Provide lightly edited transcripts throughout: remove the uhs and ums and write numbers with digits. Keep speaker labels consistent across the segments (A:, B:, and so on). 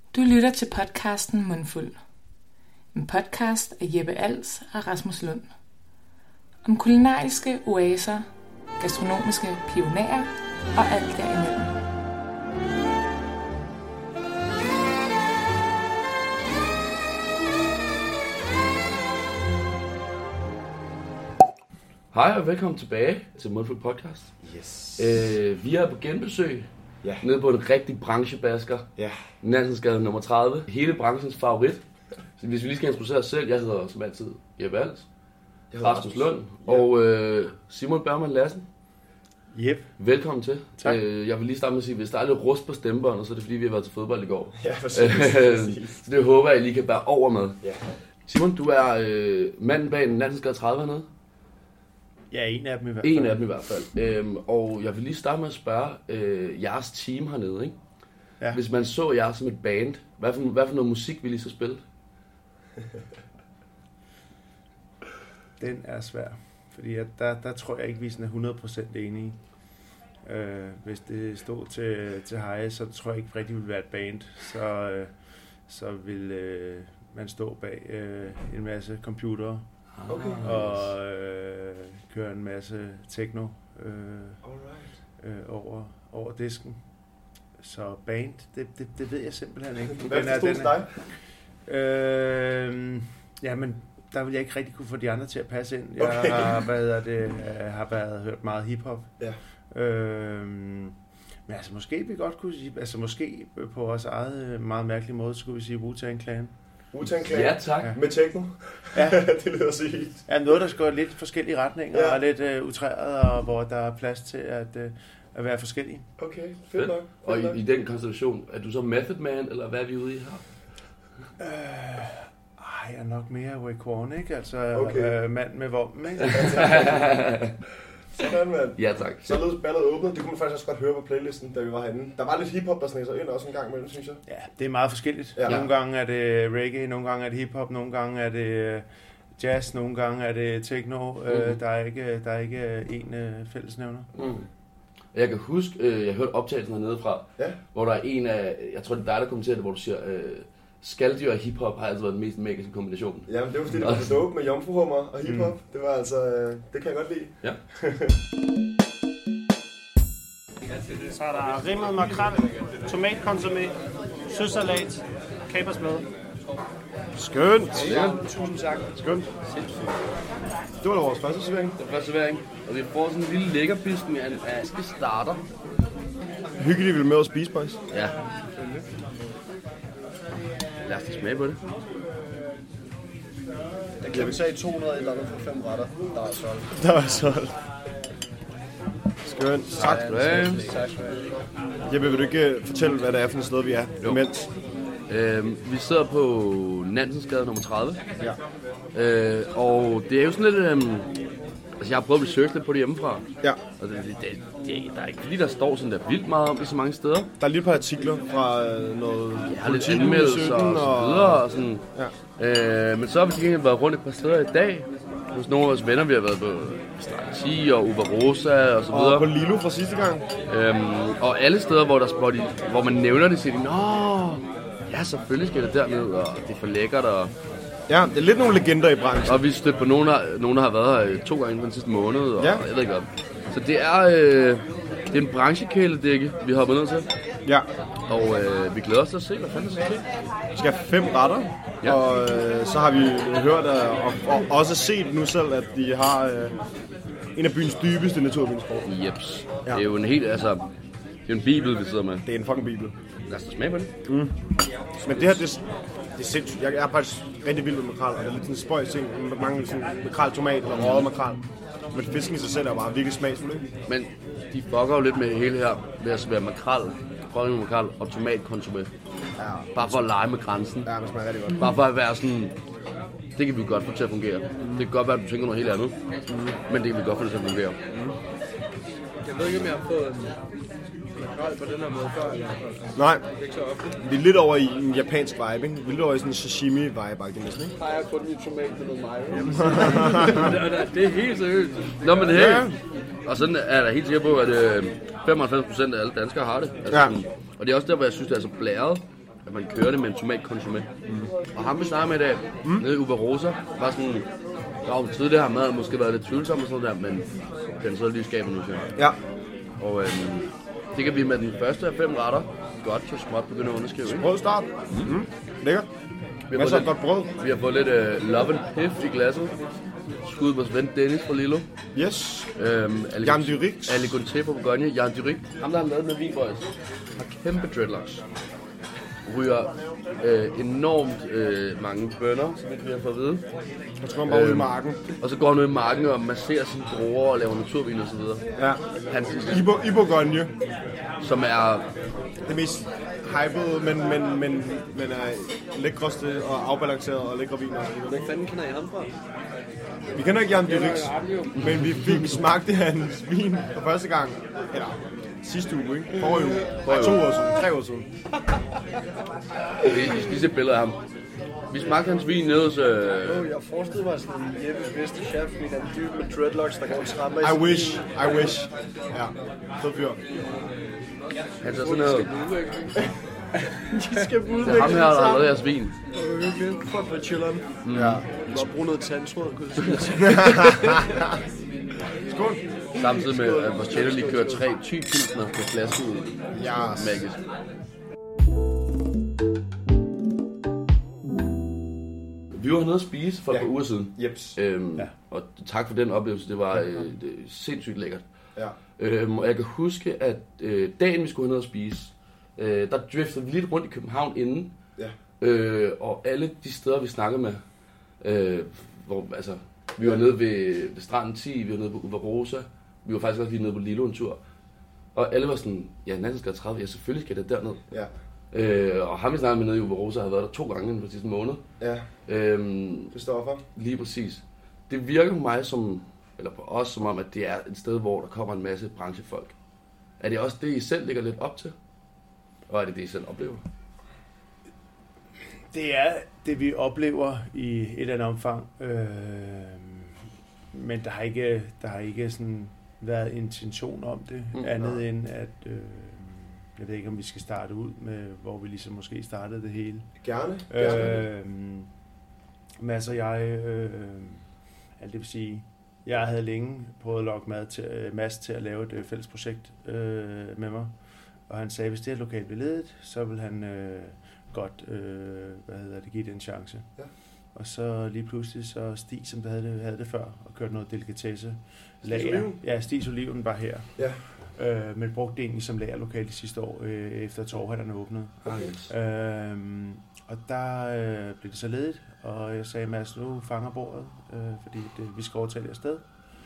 A: Du lytter til podcasten Mundfuld. En podcast af Jeppe Als og Rasmus Lund. Om kulinariske oaser, gastronomiske pionerer og alt derimellem.
B: Hej og velkommen tilbage til Mundfuld Podcast.
C: Yes.
B: Vi er på genbesøg nede på en rigtig branchebasker. Nansensgade nummer 30. Hele branchens favorit. Så hvis vi lige skal introducere os selv, jeg hedder som altid Jeppe Als, Rasmus Lund og Simon Bergman Lassen.
C: Yep.
B: Velkommen til.
C: Tak.
B: Jeg vil lige starte med at sige, hvis der er lidt rust på stemmebåndet, så er det fordi vi har været til fodbold i går.
C: Ja, præcis.
B: Så det håber jeg lige kan bære over med.
C: Ja.
B: Simon, du er manden bag Nansensgade 30 hernede.
C: Ja, en af dem i hvert fald.
B: En af dem i hvert fald. Og jeg vil lige starte med at spørge jeres team hernede, ikke?
C: Ja.
B: Hvis man så jer som et band, hvad for noget musik vil I så spille?
C: Den er svær, fordi der tror jeg ikke, vi sådan er 100% enige. Hvis det stod til Heje, så tror jeg ikke rigtig, det ville være et band. Så vil man stå bag en masse computere.
B: Okay.
C: Og køre en masse techno over disken. Så band, det ved jeg simpelthen ikke.
D: Hvad forstod dig?
C: Jamen, der vil jeg ikke rigtig kunne få de andre til at passe ind. Jeg har hørt meget hiphop.
D: Ja.
C: Men altså måske vi godt kunne sige, altså måske på vores eget meget mærkelige måde, skulle vi sige Wu-Tang Clan.
D: Wu-Tang Clan?
B: Ja, tak.
D: Med techno?
C: Ja.
D: Det lyder sygt.
C: Ja, noget, der skal gå lidt forskellige retninger, og lidt utræret, og hvor der er plads til at være forskellige.
D: Okay, fedt nok.
B: Og i den konstellation, er du så Method Man, eller hvad er vi ude i her?
C: Jeg er nok mere Raekwon, ikke? Altså mand med vommen, ikke?
D: Sådan, mand.
B: Ja, tak.
D: Således ballet åbnet. Det kunne man faktisk også godt høre på playlisten, da vi var herinde. Der var lidt hiphop, der sneg sig ind også en gang imellem, synes jeg.
C: Ja, det er meget forskelligt.
D: Ja.
C: Nogle gange er det reggae, nogle gange er det hiphop, nogle gange er det jazz, nogle gange er det techno. Der er ikke én fællesnævner.
B: Jeg kan huske, jeg hørte optagelsen hernede fra, hvor der er en af, jeg tror det er dig, der kommenterer det, hvor du siger, skaldyr og hiphop har altid været den mest magiske kombination.
D: Jamen, det var fordi, det var så dope med jomfruhummer og hiphop. Det var altså, det kan jeg godt lide.
B: Ja.
E: Så er der rimmet makrel, tomatkonsomé, sødsalat, kabersblad.
C: Skønt!
D: Ja, tusind tak.
C: Skønt!
D: Det var da vores første servering.
B: Det er første servering, og vi får sådan en lille lækkerbisken af en aske starter.
D: Hyggeligt, vi vil med at spise, boys.
B: Ja. Lad os da smage på det.
F: Jeg kan tage 200 eller andet for 5 retter.
D: Der er solgt. Skønt.
B: Tak skal du have.
F: Tak skal du have.
D: Jeppe, vil du ikke fortælle, hvad det er for et sted, vi er?
B: Jo.
D: Imens?
B: Vi sidder på Nansensgade nummer 30.
D: Ja.
B: Og det er jo sådan lidt... Altså, jeg har prøvet at researche lidt på det hjemmefra.
D: Ja.
B: Og der er ikke fordi, der står sådan der vildt meget om det så mange steder.
D: Der er lige et par artikler fra noget
B: Lidt anmeldelser og så videre. Og sådan.
D: Ja.
B: Men så har vi til gengæld været rundt et par steder i dag. Hos nogle af vores venner, vi har været på Strategi og Uberosa og så videre.
D: Og på Lilo fra sidste gang.
B: Og alle steder, hvor man nævner det, siger de, nå, ja, selvfølgelig skal det derned, og det er for lækkert. Og
D: Ja, det er lidt nogle legender i branchen.
B: vi stødt på nogen, der har været her 2 gange inden for den sidste måned, og jeg ved ikke hvad. Så det er en branchekæledække, vi har hoppet ned til.
D: Ja.
B: Og vi glæder os til at se, hvad fanden der skal ske.
D: Vi skal have 5 retter,
B: Ja.
D: og så har vi hørt og også set nu selv, at de har en af byens dybeste naturvidenskab.
B: Jeps.
D: Ja.
B: Det er jo en helt, altså, det er en bibel, vi sidder med.
D: Det er en fucking bibel.
B: Lad os da smage på det.
D: Men det her, det er sindssygt. Jeg er faktisk rigtig vild med makrel, og det er lidt sådan en spøjs ting. Mange sådan makrel, tomat eller røget makrel. Men fisken i sig selv er bare virkelig smagsfuld, ikke?
B: Men de fucker jo lidt med det hele her, ved at servere makrel, grønne makrel og tomatkonsumé.
D: Ja.
B: Bare for at lege med grænsen.
D: Ja, det smager rigtig godt.
B: Bare for at være sådan, det kan vi godt få til at fungere. Det kan godt være, at du tænker noget helt andet, men det kan vi godt få det til at fungere.
F: Jeg ved ikke, om jeg har fået en makrel på den her måde før.
D: Nej,
F: Ikke så ofte.
D: vi er lidt over i en japansk vibe, ikke? Vi er lidt over i sådan en sashimi-vibe, næsten, ikke?
F: Har jeg kun min tomat med noget mayo. Det er helt seriøst.
B: Nå, men det er og sådan er jeg da helt sikker på, at 95% af alle danskere har det. Altså,
D: Ja.
B: sådan, og det er også der, hvor jeg synes, det er så blæret. at man kører det med en tomatkonsumé. Og ham vi snakker med i dag, nede i Uberosa, var sådan, der var tidligere har maden måske været lidt tvivlsom og sådan der, men den så lige skaber nu til.
D: Ja.
B: Og det kan vi med den første af 5 retter godt så småt begynde at underskrive.
D: Brød start. Lækkert. Masser af godt brød.
B: Vi har fået lidt love and piff i glasset. Skud vores ven Dennis fra Lilo.
D: Yes. Jan Dyrix.
B: Ali Gonté fra Bourgogne. Jan Dyrix. Ham der har lavet med Vinboys. Har kæmpe dreadlocks. Ryger enormt mange bønner, som vi har fået at vide.
D: Og så går han bare ud i marken.
B: Og så går han ud i marken og masserer sine druer og laver naturvin og så videre.
D: Ja. I Bourgogne.
B: Som er
D: det mest hypede, men er lækreste og afbalanceret og lækre viner.
F: Hvad fanden kender I ham fra?
D: Vi kender ikke Jan Dyrix, men vi fik smagt hans vin for første gang. Eller sidste uge, ikke? Forrige uge. Nej, 2 år siden. 3 år siden.
B: I skal se billeder af ham. Vi smagte hans vin nede hos...
F: Jeg forestillede mig sådan en Jeppes bedste chef, fordi han er dyb med dreadlocks, der går trammer i
D: I wish. Ja, fed fyr.
B: Han ser sådan noget...
F: De skal udvikle
B: det ham her, der har lavet jeres vin.
F: Fuck med chilleren.
D: Ja.
F: Vi skal bruge noget tandtråd, kunne jeg sige.
D: Skål.
B: Samtidig med, at vores channel lige kører 3 typilsner på flasken ud.
D: Ja.
B: Magisk. Vi var hernede at spise for et par uger siden.
D: Jeps.
B: Og tak for den oplevelse. Det var sindssygt lækkert.
D: Ja.
B: Og jeg kan huske, at dagen vi skulle hernede at spise, der driftede vi lidt rundt i København inden.
D: Ja.
B: Og alle de steder, vi snakkede med, hvor altså, vi var nede ved Stranden 10, vi var nede på Uberosa, vi var faktisk også lige nede på Lilo en tur. Og alle var sådan, ja, Nansensgade 30, ja, selvfølgelig skal det derned.
D: Ja.
B: Og ham vi snakkede med nede i Uberosa havde været der 2 gange inden for sidste måned.
D: Ja. Christoffer.
B: Lige præcis. Det virker på mig som, eller på os som om, at det er et sted, hvor der kommer en masse branchefolk. Er det også det, I selv ligger lidt op til? Og er det det, I selv oplever?
C: Det er det, vi oplever i et eller andet omfang. Men der har ikke sådan været intention om det. Andet end at... jeg ved ikke, om vi skal starte ud med, hvor vi ligesom måske startede det hele.
D: Gerne.
C: Mads og jeg... det vil sige... Jeg havde længe prøvet at lokke Mads til at lave et fælles projekt med mig. Og han sagde, at hvis det her lokalt blev ledet, så vil han godt give det en chance.
D: Ja.
C: Og så lige pludselig så Stig, som der havde det før, og kørte noget delikatesse. Ja, Stigs Oliven var her.
D: Ja.
C: Men brugte det egentlig som lagerlokale de sidste år, efter torvhatterne åbnede.
D: Okay.
C: Og der blev det så ledet, og jeg sagde, Mads, nu fanger bordet, fordi vi skal overtage det afsted.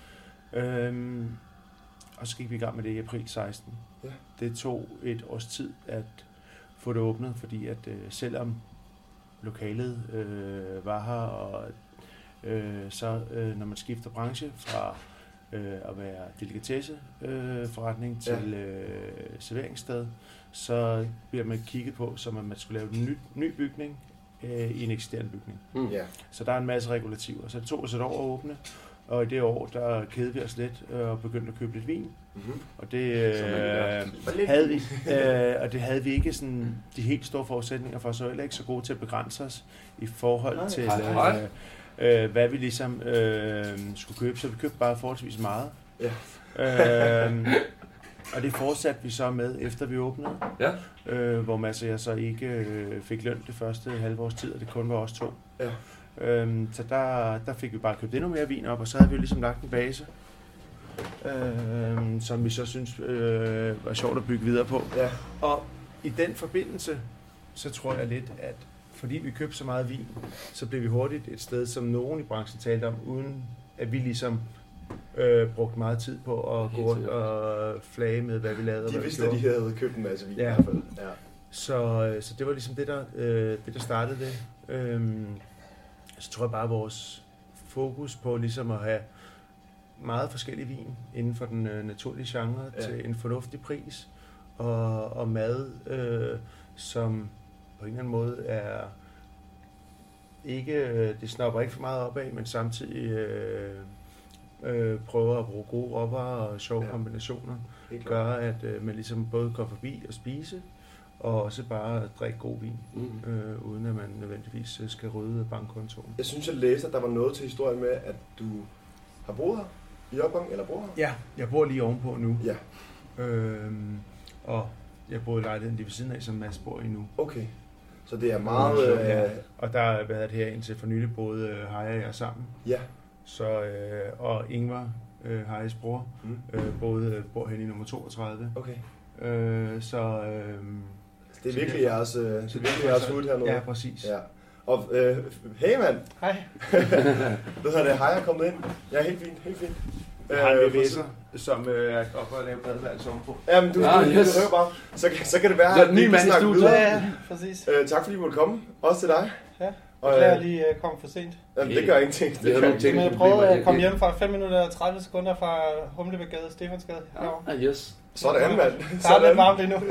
C: Og så gik vi i gang med det i april 16.
D: Ja.
C: Det tog et års tid at få det åbnet, fordi at selvom lokalet var her, og så når man skifter branche fra at være delikatesse forretning til serveringssted, så bliver man kigget på, som at man skulle lave en ny bygning i en eksisterende bygning.
D: Ja.
C: Så der er en masse regulativer. Så det tog os et år at åbne, og i det år, der kædede vi os lidt og begyndte at købe lidt vin.
D: Mm-hmm.
C: Og det havde vi. Og det havde vi ikke sådan de helt store forudsætninger for, så heller ikke så gode til at begrænse os i forhold til hvad vi ligesom skulle købe. Så vi købte bare forholdsvis meget.
D: Ja.
C: Og det fortsatte vi så med, efter vi åbnede.
B: Ja.
C: Hvor Mads og jeg så ikke fik løn det første halve års tid, og det kun var os 2.
D: Ja.
C: Så der fik vi bare købt endnu mere vin op, og så havde vi jo ligesom lagt en base, som vi så synes var sjovt at bygge videre på.
D: Ja.
C: Og i den forbindelse, så tror jeg lidt, at fordi vi købte så meget vin, så blev vi hurtigt et sted, som nogen i branchen talte om, uden at vi ligesom brugte meget tid på at gå rundt og flage med, hvad vi lavede.
D: De vidste, at de havde købt en masse vin.
C: Ja.
D: I hvert fald. Ja.
C: Så det var ligesom det, der startede det. Så tror jeg bare, vores fokus på ligesom at have meget forskellig vin inden for den naturlige genre til en fornuftig pris, og mad, som på en eller anden måde er ikke, det snapper ikke for meget opad, men samtidig prøver at bruge gode råvarer og sjove kombinationer, gør at man ligesom både går forbi og spise, og også bare drikke god vin, uden at man nødvendigvis skal rydde bankkontoen.
D: Jeg synes, jeg læste, at der var noget til historien med, at du har boet her i opgang, eller bor her?
C: Ja, jeg bor lige ovenpå nu.
D: Ja.
C: Og jeg bor i lejligheden lige ved siden af, som Mads bor i nu.
D: Okay. Så det er meget...
C: Ja. Og der har været her indtil for nylig boede Heja og jeg sammen.
D: Ja.
C: Så, og Ingvar, Hejas bror, bor hen i nummer 32.
D: Okay.
C: Så...
D: det er virkelig jeres hud hernede.
C: Ja, præcis.
D: Ja. Og hey mand!
E: Hej.
D: Hvad hedder det? Hej, er kommet ind. Ja, helt fint.
C: Jeg har en VVS'er, som er oppe og lave badeværelse ovenpå.
D: Jamen, du hører bare. Så kan det være,
B: at vi kan snakke videre.
E: Ja, præcis.
D: Tak fordi du måtte komme. Også til dig.
E: Ja, jeg lige kom for sent.
D: Jamen, det gør ingenting.
E: Men jeg prøvede at komme hjem fra 5 minutter og 30 sekunder fra Humlebækgade, Stefansgade.
B: Yes.
D: Sådan, mand.
E: Der er lidt varmt endnu.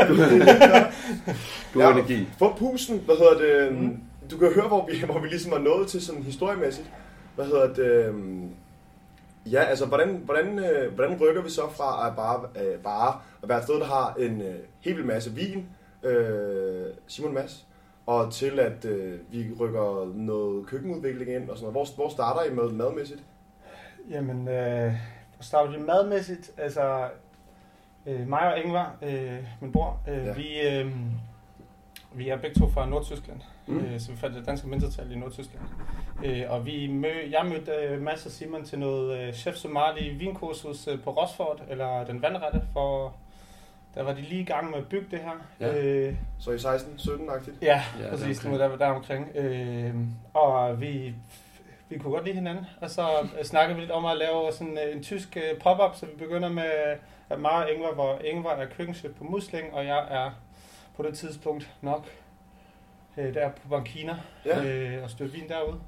B: God energi.
D: Få pusen, hvad hedder det... Du kan høre, hvor vi ligesom er nået til sådan historiemæssigt. Hvad hedder det... Ja, altså, hvordan rykker vi så fra at bare at være et sted, der har en helt vildt masse vin, Simon Mads, og til at vi rykker noget køkkenudvikling ind og sådan noget. Hvor starter I med madmæssigt?
E: Jamen, hvor starter vi madmæssigt? Altså, mig og Ingvar, min bror, vi er begge to fra Nordtyskland, så vi fandt det danske mindretal i Nordtyskland. Og jeg mødte Mads og Simon til noget Chef Somali vinkursus på Rosford, eller Den Vandrette, for der var de lige i gang med at bygge det her.
D: Ja. Så i 16-17-agtigt?
E: Ja, præcis, nu der omkring. Og vi kunne godt lide hinanden, og så snakkede vi lidt om at lave sådan en tysk pop-up, så vi begynder med at mig og Ingvar, hvor Ingvar er køkkenchef på Musling, og jeg er på det tidspunkt nok der på Bankina og støtte vin derude.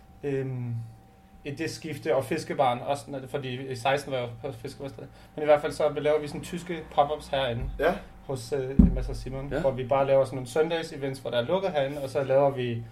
E: Det skifte og fiskebaren også, fordi i 16 var jeg på fiskebarstedet. Men i hvert fald så laver vi sådan tyske pop-ups herinde hos Mads og Simon, hvor vi bare laver sådan nogle søndags-events, hvor der er lukket herinde, og så laver vi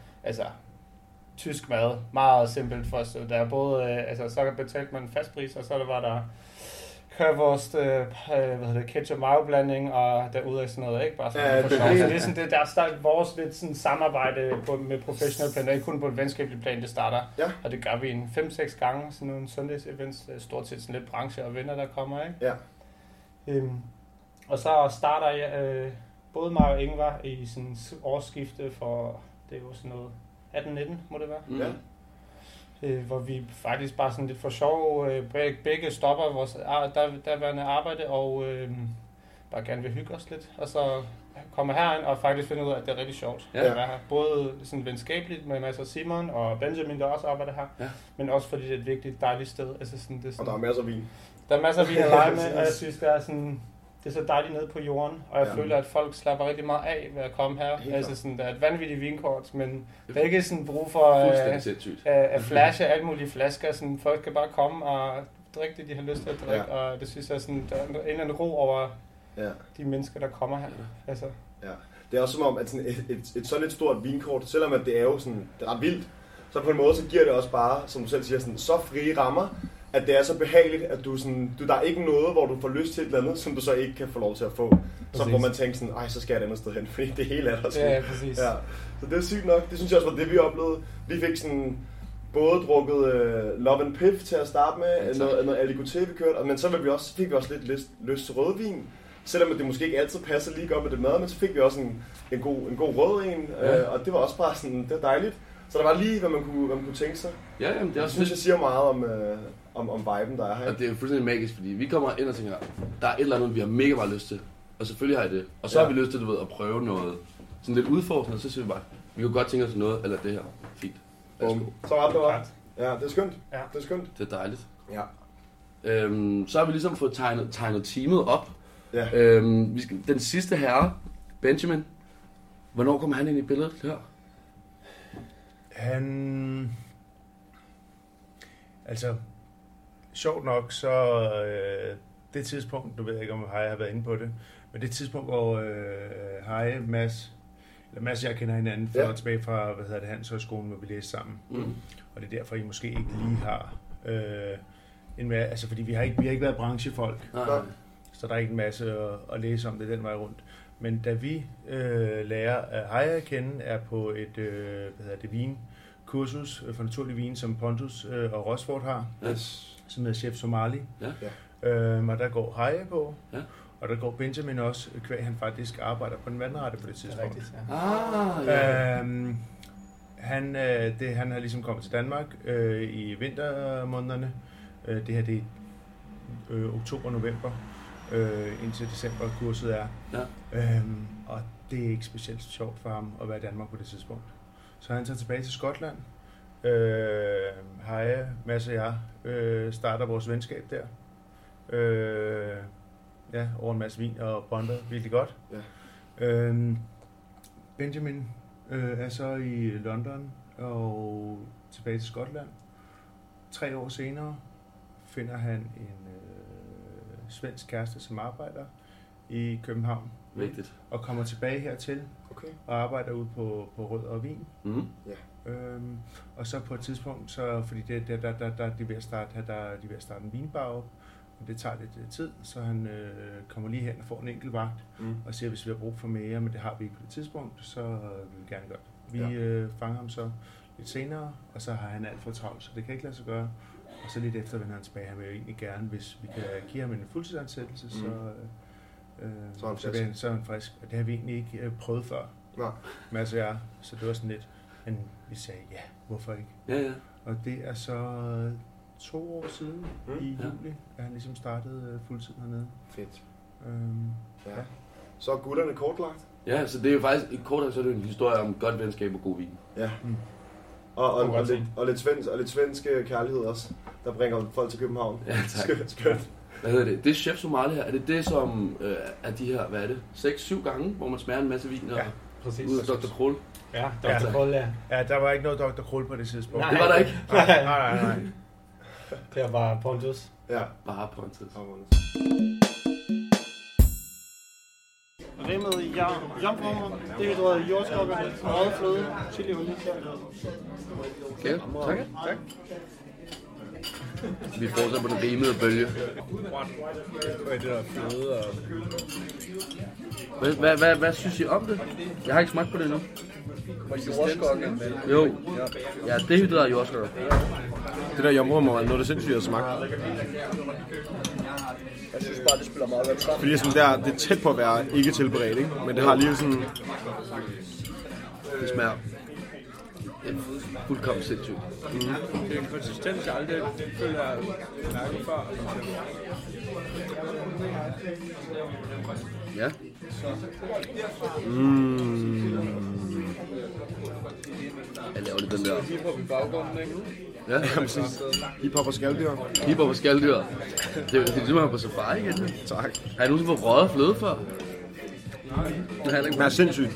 E: tysk mad, meget simpelt for os. Der er både, så betalte man en fast pris, og så var der currywurst, ketchup mayo blanding og derude af sådan noget, ikke bare sådan for sjov. Så det er sådan det, der starter vores lidt sådan samarbejde med professional plan, og ikke kun på et venskabeligt plan, det starter. Ja. Og det gør vi en 5-6 gange, sådan nogle søndags-events, stort set sådan lidt branche og venner, der kommer, ikke? Ja. Og så starter jeg, både mig og Ingvar i sådan årsskifte for, det er jo sådan noget 18-19, må det være. Ja. Hvor vi faktisk bare sådan lidt for sjov, begge stopper vores derværende arbejde og bare gerne vil hygge os lidt. Og så kommer herind og faktisk finder ud af, at det er rigtig sjovt at være her. Både sådan venskabeligt med Mads og Simon og Benjamin, der også arbejder her, men også fordi det er et virkelig dejligt sted. Altså sådan, det er sådan,
D: og der er masser af vin.
E: Der er masser af vin at lege med, og jeg synes, det er sådan... Det er så dejligt nede på jorden, og jeg føler, at folk slapper rigtig meget af ved at komme her. Altså sådan, der er et vanvittigt vinkort, men der er ikke sådan brug for at flashe alle mulige flasker. Sådan, folk kan bare komme og drikke det, de har lyst til at drikke, og det synes jeg sådan, der er en eller anden ro over de mennesker, der kommer her. Altså.
D: Ja. Det er også som om, at sådan et sådan et stort vinkort, selvom at det er jo sådan, det er ret vildt, så på en måde, så giver det også bare, som du selv siger, sådan, så frie rammer, at det er så behageligt, at der er ikke noget, hvor du får lyst til et eller andet, som du så ikke kan få lov til at få. Så får man tænkt sådan, så skal jeg et andet sted hen, fordi det hele er der sådan.
E: Ja, præcis. Ja.
D: Så det er sygt nok. Det synes jeg også var det, vi oplevede. Vi fik sådan både drukket Love and Piff til at starte med, noget Aligoté, vi kørte, men så fik vi også lidt lyst til rødvin. Selvom det måske ikke altid passer lige godt med det mad, men så fik vi også en god rød en, og det var også bare sådan, det var dejligt. Så der var lige, hvad man kunne tænke sig.
B: Ja, jamen, det er også
D: synes, jeg siger meget om viben, der er her.
B: Og det er jo fuldstændig magisk, fordi vi kommer ind og tænker, der er et eller andet, vi har mega meget lyst til. Og selvfølgelig har jeg det. Og så har vi lyst til, at prøve noget sådan lidt udfordrende, og så siger vi bare, vi kunne godt tænke os noget, eller det her. Fint.
D: Så ret det var. Ja, det er skønt. Ja. Det er skønt.
B: Det er dejligt.
D: Ja.
B: Så har vi ligesom fået tegnet teamet op. Ja. Den sidste herre, Benjamin, hvornår kommer han ind i billedet her?
C: Altså, sjovt nok, så det tidspunkt, du ved ikke, om Heje har været inde på det, men det tidspunkt, hvor Heje, Mads og jeg kender hinanden tilbage fra, Handelshøjskolen, hvor vi læste sammen. Og det er derfor, I måske ikke lige har fordi vi har ikke været branchefolk. Så der er ikke en masse at læse om det den vej rundt. Men da vi lærer Haja at kende, er på et vinkursus for naturlig vin, som Pontus og Rosford har, som hedder Chef Somali. Og der går Haja på, og der går Benjamin også, kvæg han faktisk arbejder på den vandrette på det tidspunkt. Det er rigtigt, han har ligesom kommet til Danmark i vintermånederne. Det her det er oktober-november. Indtil december kurset er. Og det er ikke specielt sjovt for ham at være i Danmark på det tidspunkt. Så han tager tilbage til Skotland. Haja, Mads og jeg starter vores venskab der. Over en masse vin og bonder virkelig godt. Benjamin er så i London og tilbage til Skotland. 3 år senere finder han en svensk kæreste, som arbejder i København.
B: Vigtigt.
C: Og kommer tilbage hertil og arbejder ude på Rød og Vin. Og så på et tidspunkt, så fordi der er de ved at starte en vinbar op, og det tager lidt tid, så han kommer lige hen og får en enkelt vagt og siger, hvis vi har brug for mere, men det har vi ikke på det tidspunkt, så vil vi gerne gøre det. Vi fanger ham så lidt senere, og så har han alt for travlt, så det kan ikke lade sig gøre. Og så lidt efter vender han tilbage. Han vil jo egentlig gerne, hvis vi kan give ham en fuldtidsansættelse, så er han frisk. Og det har vi egentlig ikke prøvet før. Mads og jeg. Så det var sådan lidt, vi sagde, ja, hvorfor ikke?
B: Ja.
C: Og det er så 2 år siden i juli, at han ligesom startede fuldtid hernede.
D: Fedt. Så er gutterne kortlagt?
B: Ja, så det er jo faktisk, i kortlagt, så er det en historie om godt venskab og god vin.
D: Ja. Og lidt svensk kærlighed også, der bringer folk til København.
B: Ja, tak.
D: Skønt.
B: Hvad hedder det? Det er Chef Somali her. Er det som er de her, hvad er det? 6-7 gange, hvor man smager en masse vin og ud af Dr. Kroll?
E: Ja, Dr. Kroll, ja.
C: Ja, der var ikke noget Dr. Kroll på det tidspunkt.
B: Nej. Det var der ikke?
C: Nej.
E: Det var bare Pontus.
D: Ja.
B: Bare Pontus.
E: Rimmet jomfrummer, dehydreret jordskokker, røget fløde, chiliolie.
B: Okay, tak. Vi fortsætter på den rimede bølge.
F: Det der fløde og...
B: Hvad synes I om det? Jeg har ikke smagt på det endnu.
F: Og jordskokker?
B: Jo. Ja, dehydreret jordskokker.
F: Det der jomfrummer var noget, der sindssygt at smage. Jeg synes bare, det spiller meget godt sammen. Fordi sådan det er tæt på at være ikke tilberedt, ikke? Men det har lige sådan...
B: Det smager fuldkommen sindssygt.
F: Det er en konsistens, jeg aldrig føler, jeg mærker før.
B: Ja. Jeg laver lidt den der.
F: Hiphop i baggrunden, ikke?
B: Ja,
D: præcis. Hiphop og skalddyr.
B: Hiphop og skalddyr. Det er simpelthen på safari igen.
D: Tak.
B: Har I nogensinde fået røget fløde før?
F: Nej.
D: Det er sindssygt.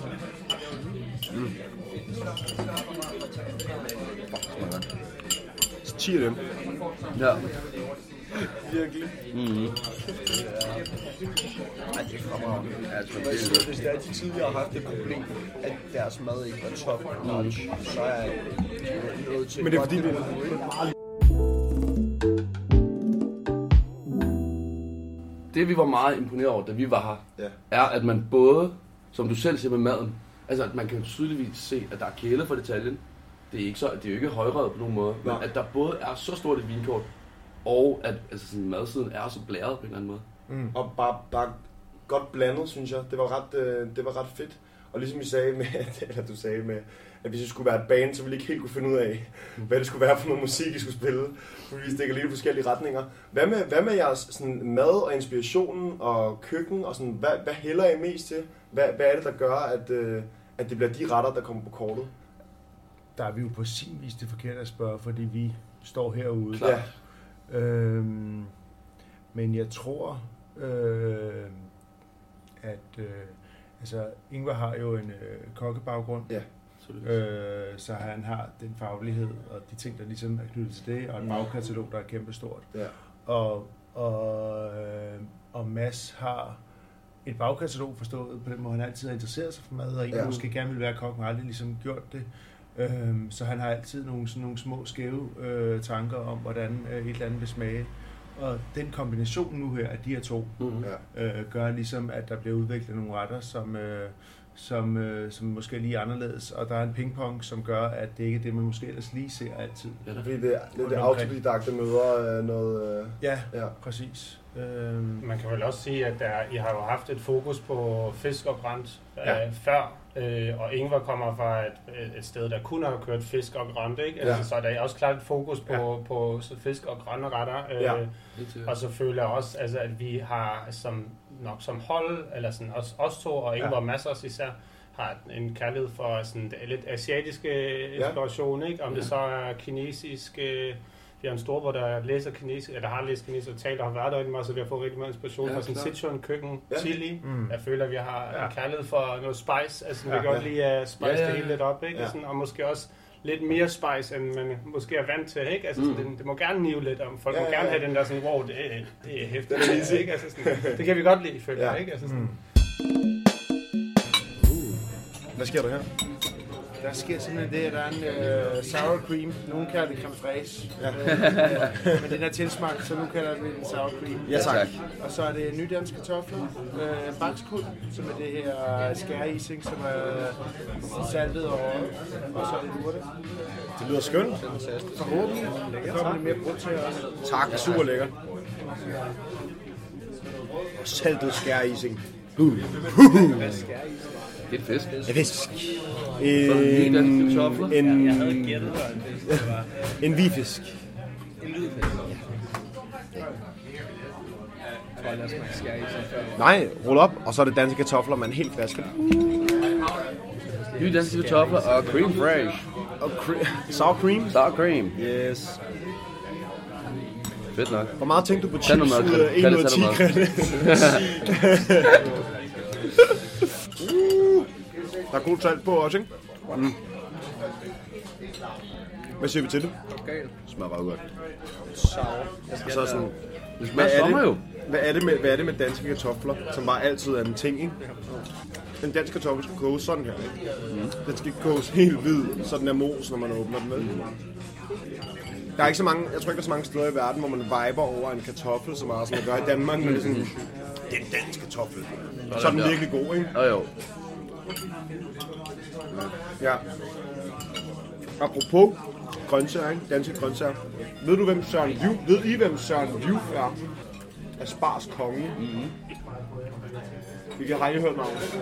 D: Så 10 af dem.
B: Ja.
F: Virkelig.
B: Mm-hmm.
F: Ej, det er fremragende. Hvis det er de tidligere har haft et problem, at deres mad ikke var top notch, så er noget til.
D: Men det er fordi, det er
B: Det vi var meget imponeret over, da vi var her, er at man både, som du selv siger med maden, altså at man kan tydeligvis se, at der er kælet for detaljen. Det er jo ikke højrøget på nogen måde, men at der både er så stort et vinkort, og at altså sådan, madsiden er så blæret på en eller anden måde.
D: Og bare godt blandet, synes jeg. Det var ret fedt. Og ligesom du sagde med, at hvis det skulle være et band, så ville I ikke helt kunne finde ud af, hvad det skulle være for noget musik, I skulle spille. Fordi vi stikker lidt i forskellige retninger. Hvad med jeres sådan, mad og inspirationen og køkken? Og sådan, hvad hælder I mest til? Hvad er det, der gør, at det bliver de retter, der kommer på kortet?
C: Der er vi jo på sin vis det forkerte at spørge, fordi vi står herude.
D: Ja.
C: Men jeg tror, at altså Ingvar har jo en kokkebaggrund, så han har den faglighed og de ting, der ligesom er knyttet til det, og en bagkatalog, der er kæmpestort.
D: Ja.
C: Og Mads har et bagkatalog forstået på den måde, han altid har interesseret sig for mad, og egentlig måske gerne vil være kok, men aldrig ligesom gjort det. Så han har altid nogle små skæve tanker om, hvordan et eller andet vil smage. Og den kombination nu her af de her to, gør ligesom, at der bliver udviklet nogle retter, som måske er lige anderledes, og der er en pingpong, som gør, at det ikke er det, man måske ellers lige ser altid.
D: Ja, fordi det er lidt autodidakte møder noget...
C: Ja, præcis.
E: Man kan vel også sige, at I har jo haft et fokus på fisk og grønt før, og Ingvar kommer fra et sted, der kun har kørt fisk og grønt, ikke? Altså, så der er også klart et fokus på fisk og grønne retter. Og så føler jeg også, altså, at vi har som hold, eller sådan os to, og Ingvar masser også især, har en kærlighed for sådan lidt asiatiske inspiration, ikke? Om det så er kinesisk... Vi har en storbror, der læser kinesisk, eller har læst kinesisk og talt og har været der rigtig meget, så vi har fået rigtig meget inspiration fra sådan Sichuan køkken, chili. Jeg føler, at vi har en kærlighed for noget spice, altså vi kan godt lide at spice det hele lidt op, ikke? Sådan, og måske også lidt mere spice, end man måske er vant til, ikke? Altså det må gerne nive lidt om, folk må gerne have den der sådan, wow, det er hæftigt, ikke? Altså sådan, det kan vi godt lide, føler jeg, ikke? Altså sådan.
D: Hvad sker der her?
C: Der sker simpelthen det, at der er en sour cream. Nogen kalder det creme fraise. Men den er tilsmagt, så nu kalder vi den sour cream.
D: Ja, tak.
C: Og så er det nydanske kartofler, bakskuld, som er det her skæreising, som er saltet over, og så er det urte.
D: Det lyder skønt.
C: Forhåbentlig. Der kommer lidt mere brudt til os.
D: Tak, det er super lækkert. Og saltet skæreising.
B: Det er fisk.
D: Ja, fisk. En hvidfisk. Nej, rulle op, og så er det danske kartofler, man er helt friske.
B: Nye danske kartofler og cream fresh.
D: Og sour cream.
B: Sour cream.
D: Yes.
B: Fedt nok.
D: Hvor meget tænkte du på chips ud af 1 ud af 10 kredit? Der er god salt på også, ikke? Hvad siger vi til det?
F: Okay.
D: Det smager bare godt.
F: Så
D: sådan,
B: det smager sommer jo.
D: Hvad er det med danske kartofler, som bare altid er en ting, ikke? En dansk kartoffel skal koges sådan her, ikke? Den skal ikke koges helt hvid, så den er mos, når man åbner den med. Der er ikke så mange, jeg tror ikke, der er så mange steder i verden, hvor man viber over en kartoffel, så meget som man gør i Danmark, men det er sådan, det er en dansk kartoffel. Så er den virkelig god, ikke?
B: Jo.
D: Ja. Apropos grøntsager, ikke? Danske grøntsager. Ved du, hvem Søren Viuf? Ved I, hvem Søren Viuf er? Aspars konge. Vi har ikke hørt navnet.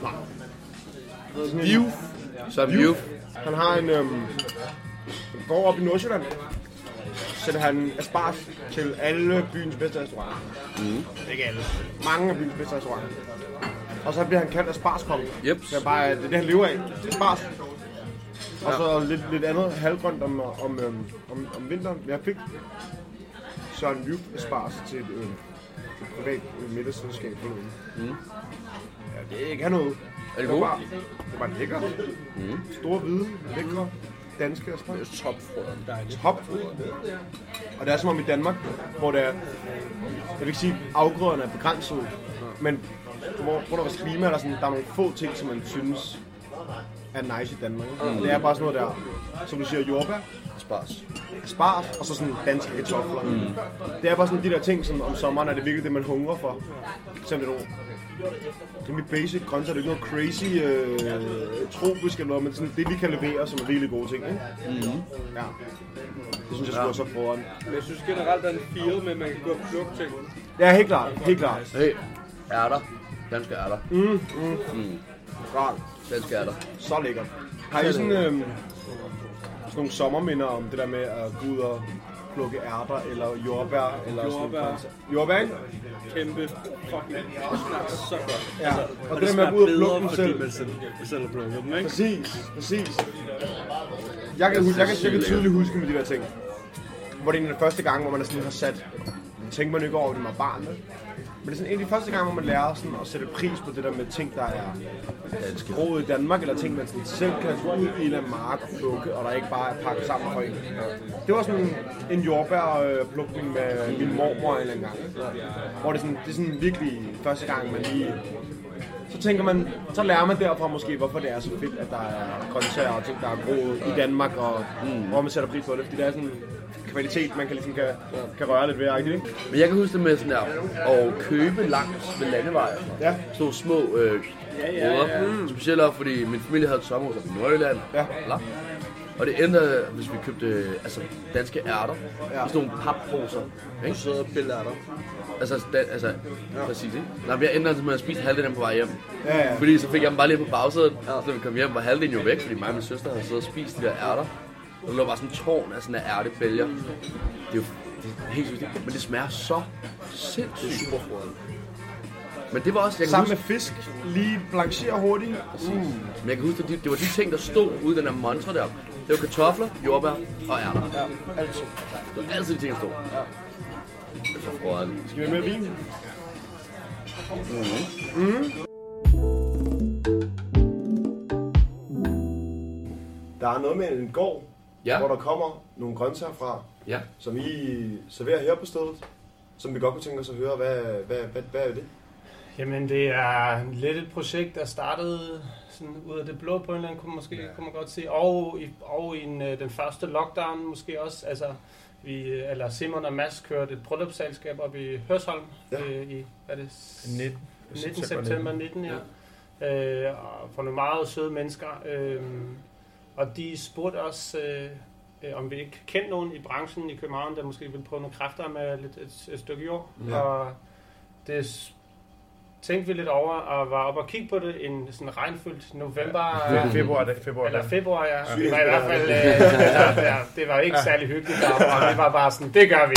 D: Nej. Viuf.
B: Søren Viuf.
D: Han har en... går op i Nordsjælland. Sætter han aspars til alle byens bedste restauranter. Ikke alle. Mange af byens bedste restauranter. Og så bliver han kaldt asparskonge.
B: Yep.
D: Det er bare det, han lever af. Aspars. Og så lidt andet halvgrønt om vinteren. Jeg fik Søren Viuf aspars til et privat middagsselskab. Ja, det er ikke noget.
B: Er det godt?
D: Det var lækkert. Store, hvide, lækre, danske aspars.
F: Det er topfrøden.
D: Topfrøden. Og det er som om i Danmark, hvor det er, jeg vil ikke sige, afgrøderne er begrænset, men hvor der var klima, der er nogle få ting, som man synes er nice i Danmark. Det er bare sådan noget der, som du siger, jordbær, spars, og så sådan danske kartofler. Det er bare sådan de der ting, som om sommeren er det virkelig det, man hungrer for. Sådan lidt det er mit basic grøntsager, det er ikke noget crazy, tropisk eller noget, men sådan det, vi kan levere, som er virkelig gode ting, ikke? Ja. Det synes jeg skulle så foran.
E: Men jeg synes generelt, der er en feel med, at man kan gå og plukke ting.
D: Ja, helt klart.
B: Hey, ærter. Danske ærter.
D: Rart.
B: Danske ærter.
D: Så lækkert. Har I sådan nogle sommerminder om det der med at gå ud og plukke ærter eller jordbær? Eller jordbær, ikke?
E: Kæmpe fucking så godt.
D: Ja, og det der med at gå ud og plukke dem selv.
E: Man selv plukke dem, ikke?
D: Præcis. Jeg kan tydeligt huske med de der ting. Hvor det er den første gang, hvor man sådan har sat, tænker man ikke over, det med barn. Men det er sådan en af de første gange, hvor man lærer sådan at sætte pris på det der med ting, der er groet i Danmark, eller ting, man sådan selv kan gå ud i en eller anden mark og plukke, og der ikke bare er pakket sammen for en. Det var sådan en jordbærplukning med min mormor en eller anden gang. Hvor det er sådan virkelig første gang, man lige
F: så tænker man, så lærer man derfra måske, hvorfor det er så fedt, at der er grøntsager og ting, der er groet i Danmark, og hvor man sætter pris på det. Fordi det er sådan en kvalitet, man kan ligesom kan røre lidt ved, ikke?
B: Men jeg kan huske det med sådan der, at købe langs ved landeveje. Ja. Så små specielt op, fordi min familie havde et sommerhus op i Nordjylland. Ja. Og det endte, hvis vi købte danske ærter, i sådan nogle papposer.
F: Ikke? Søde billedærter.
B: Præcis, ikke? Nej, men jeg endte med at spise halvdelen af dem på vej hjem. Ja. Fordi så fik jeg dem bare lige på bagsædet, så vi kom hjem, var halvdelen jo væk, fordi mig og min søster havde siddet og spist de der ærter. Og der lå bare sådan en tårn af sådan en ærtebælger. Det er jo helt sygt, men det smager så sindssygt.
F: Super frøden.
B: Men det var også...
F: Sammen med fisk, lige blanchere hurtigt.
B: Men jeg kan huske, at det var de ting, der stod ude i den her montre der. Det var kartofler, jordbær og ærter.
F: Ja, altid.
B: Det var altid de ting, der stod. Ja. Det er for frøden.
F: Skal vi med vin?
D: Der er noget med en gård, hvor der kommer nogle grøntsager fra, som I serverer her på stedet, som vi godt kunne tænke os at høre. Hvad er det?
E: Jamen, det er lidt et projekt, der startede sådan ud af det blå på en eller anden, kunne man godt se, og i den første lockdown måske også. Altså, Simon og Mads kørte et bryllupsselskab op i Hørsholm i 19. september 19, for nogle meget søde mennesker. Og de spurgte os, om vi ikke kendte nogen i branchen i København, der måske ville prøve nogle kræfter med et stykke jord. Ja. Og det tænkte vi lidt over, og var oppe og kigge på det en sådan regnfyldt november.
F: Februar.
E: Ja. Det var i hvert fald, det var ikke særlig hyggeligt, og vi var bare sådan, det gør vi.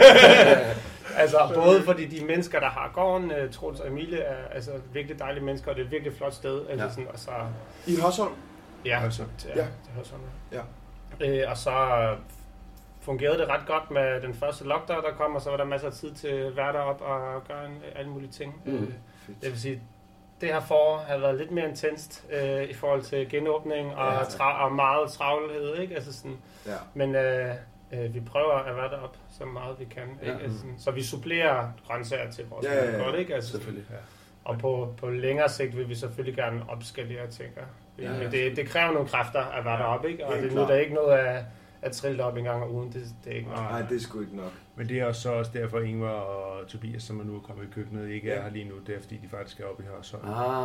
E: Altså både fordi de mennesker, der har gården, Troels og Emilie, er virkelig dejlige mennesker, og det er et virkelig flot sted. Altså sådan, og så,
D: i Hørsholm?
E: Ja, det er Hørsholm. Ja. Og så fungerede det ret godt med den første lockdown, der kom, og så var der masser af tid til at være deroppe og gøre alle mulige ting. Det vil sige, det her forår har været lidt mere intenst i forhold til genåbning og meget travlhed, ikke? Altså sådan, men vi prøver at være deroppe så meget vi kan, ikke? Altså sådan, så vi supplerer grøntsager til vores godt, ikke? Altså, selvfølgelig. Og på længere sigt vil vi selvfølgelig gerne opskalere ting. Men det kræver nogle kræfter at være deroppe, ikke? Og det er ikke noget at trille op en gang om ugen, det er ikke nok.
D: Nej, det er sgu ikke nok.
C: Men det er så også derfor Ingvar og Tobias, som er nu kommet i køkkenet, ikke er her lige nu. Det er fordi, de faktisk er oppe i Hørsholm.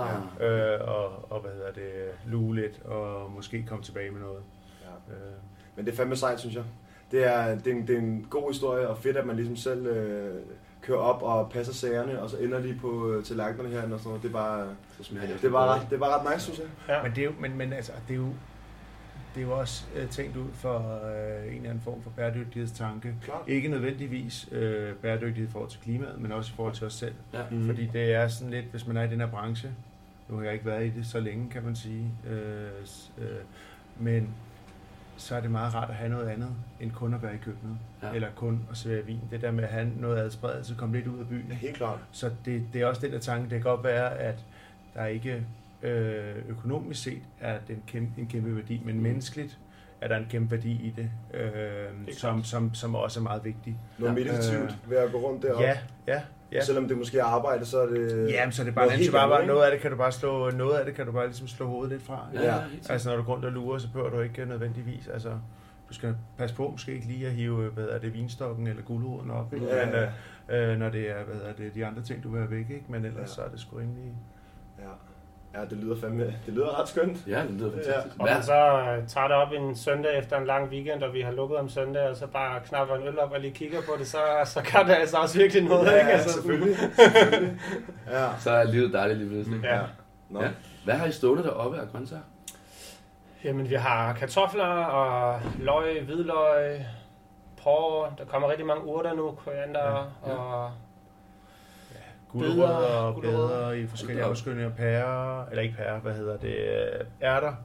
C: Og luge lidt, og måske komme tilbage med noget.
D: Ja. Men det er fandme sejt, synes jeg. Det er en god historie, og fedt, at man ligesom selv kører op og passer sagerne, og så ender lige på tallerkenerne herinde og sådan noget. Det er bare ret nice, synes jeg.
C: Ja. Men det er jo, det er jo også tænkt ud for en eller anden form for bæredygtighedstanke. Klart. Ikke nødvendigvis bæredygtighed i forhold til klimaet, men også i forhold til os selv. Ja. Fordi det er sådan lidt, hvis man er i den her branche, nu har jeg ikke været i det så længe, kan man sige, men så er det meget rart at have noget andet, end kun at være i køkkenet, eller kun at servere vin. Det der med at have noget adspredelse, komme lidt ud af byen.
D: Ja, helt klart.
C: Så det er også den der tanke, det kan godt være, at der ikke økonomisk set er en kæmpe værdi, men menneskeligt er der en kæmpe værdi i det, som også er meget vigtig.
D: Noget meditativt ved at gå rundt deroppe.
C: Ja.
D: Selvom det måske er arbejde, så er det...
C: Ja, så er det bare noget af det kan du bare ligesom slå hovedet lidt fra. Ja. Altså når du går rundt og lurer, så behøver du ikke nødvendigvis. Altså du skal passe på måske ikke lige at hive vinstokken eller guleroden op, ikke? Ja. Men når det er de andre ting du vil have væk, ikke? Men ellers så er det sgu rimelig.
D: Ja, det lyder ret skønt.
B: Ja, det lyder fantastisk.
E: Og man så tager det op en søndag efter en lang weekend, og vi har lukket om søndag, og så bare knapper en øl op og lige kigger på det, så kan det altså også virkelig noget, ikke?
D: Altså, selvfølgelig.
B: Ja. Så er livet dejligt lige pludselig.
E: Ja.
B: Ja. Hvad har I stående deroppe af grøntsager?
E: Jamen, vi har kartofler og løg, hvidløg, porre. Der kommer rigtig mange urter nu, koriander og...
C: Gulerødder i forskellige afskyndninger, pærer, eller ikke pærer, ærter,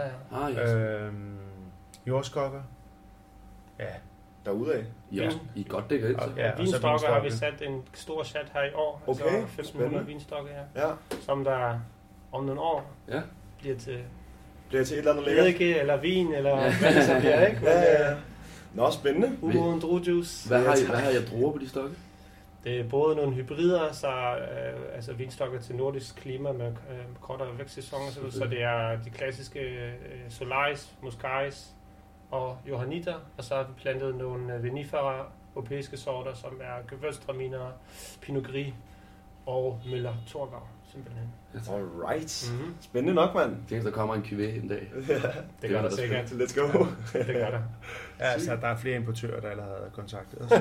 C: jordskokker. Ja.
D: Derudaf?
B: Ja, I er godt dækket ind.
E: Vinstokker har vi sat en stor chat her i år,
D: okay.
E: Altså 1500 vinstokker her, som der om nogle år bliver til
D: et eller andet lækkert.
E: Eddike eller vin, eller hvad det så bliver, ikke?
D: Nå, spændende.
E: Umoden druejuice.
B: Hvad har jeg druer på de stokke?
E: Det er både nogle hybrider, altså vinstokker til nordisk klima med kortere vækstsæsoner, så det er de klassiske Solaris, Muscaris og Johanniter, og så har vi plantet nogle vinifera europæiske sorter, som er Gewürztraminer, Pinot Gris og Møller Thurgau, simpelthen.
D: Alright. Spændende nok, mand.
B: Tænk, der kommer en cuvée en dag.
E: Det gør der sikkert.
D: Let's go.
E: Det gør der.
C: Ja, altså, der er flere importører, der allerede har kontaktet os.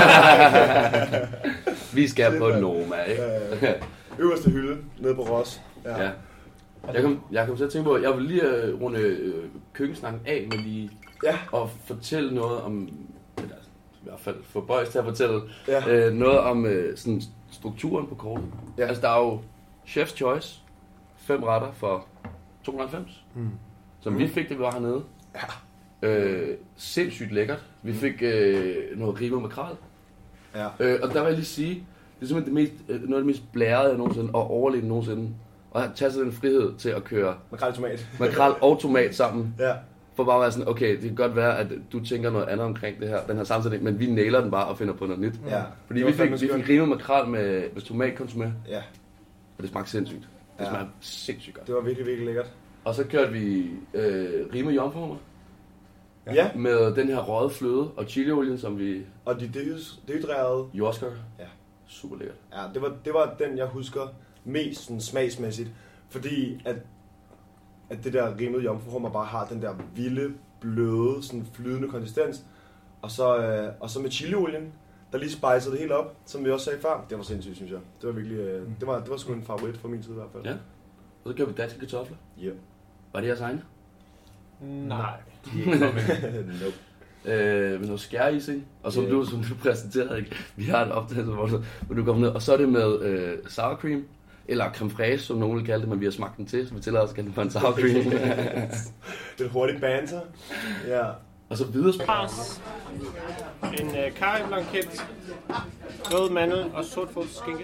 B: Vi skal på Noma, ikke?
D: Øverste hylde, nede på Ross.
B: Ja. Jeg kom til at tænke på, jeg vil lige runde køkkensnakken af med lige at fortælle noget om, eller i hvert fald få Bøjs til at fortælle noget om sådan strukturen på kortet. Ja. Altså der er jo Chef's Choice, 5 retter for 290, som vi fik, det vi var hernede. Ja. Sindssygt lækkert. Vi fik noget Rima makrel. Ja. Og der vil jeg lige sige, det er simpelthen noget af det mest blærede jeg nogensinde, og overlevet nogensinde. Og han tager sig den frihed til at køre makrel og tomat sammen. Ja. For bare at være sådan, okay, det kan godt være, at du tænker noget andet omkring det her, den her sammensætning, men vi nailer den bare og finder på noget nyt. Ja. Fordi vi fik Rima makrel med tomatkonsumé. Ja. Og det smagte sindssygt. Det smager sindssygt godt.
D: Det var virkelig, virkelig lækkert.
B: Og så kørte vi Rima jomfruhummer. Ja. Med den her røde fløde og chiliolien, som vi...
D: Og de dehydrerede...
B: Jordskokker. Ja. Super lækkert.
D: Ja, det var den, jeg husker mest sådan, smagsmæssigt. Fordi at det der rimede jomfruhummer bare har den der vilde, bløde, sådan flydende konsistens. Og så med chiliolien, der lige spicede det helt op, som vi også sagde før. Det var sindssygt, synes jeg. Det var virkelig... Det var sgu en favorit fra min side i hvert fald.
B: Ja. Og så købte vi danske kartofler.
D: Ja.
B: Var det jeres egne?
E: Nej.
D: Nope.
B: Med noget skæreising, og så blev som du præsenterede, ikke? Vi har et optagelse, hvor du kommer ned, og så er det med sour cream, eller creme fraiche, som nogen vil kalde det, men vi har smagt den til, så vi tillader os at kalde den for en sour cream.
D: Den hurtige banter. Ja.
B: Og så videre
E: pars, en curry blanket, rød mandel og sortfodsskinke.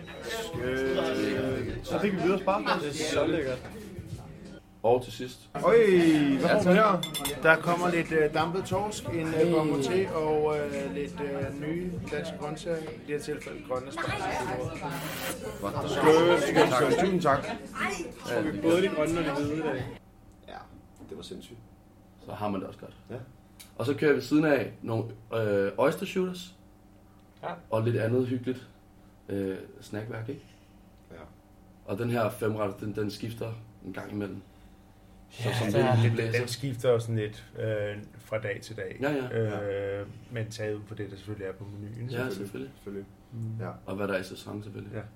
D: Så fik vi videre spars.
E: Det er så lækkert.
B: Og til sidst.
C: Øj, hvad får vi her? Der kommer lidt dampet torsk, en bombe og lidt nye danske grøntsager. I det her tilfælde grønne sparser. Tusind tak.
E: Så vi både de grønne og de hvide i dag.
D: Ja, det var sindssygt.
B: Så har man det også godt.
D: Ja.
B: Og så kører vi siden af nogle oyster shooters.
E: Ja.
B: Og lidt andet hyggeligt snackværk, ikke?
D: Ja.
B: Og den her 5-ret, den skifter en gang imellem.
C: Så den skifter jo sådan lidt fra dag til dag.
B: Ja.
C: Men taget ud på det, der selvfølgelig er på menuen.
B: Ja, selvfølgelig. Ja. Og hvad der er i sæson, selvfølgelig.
C: Ja.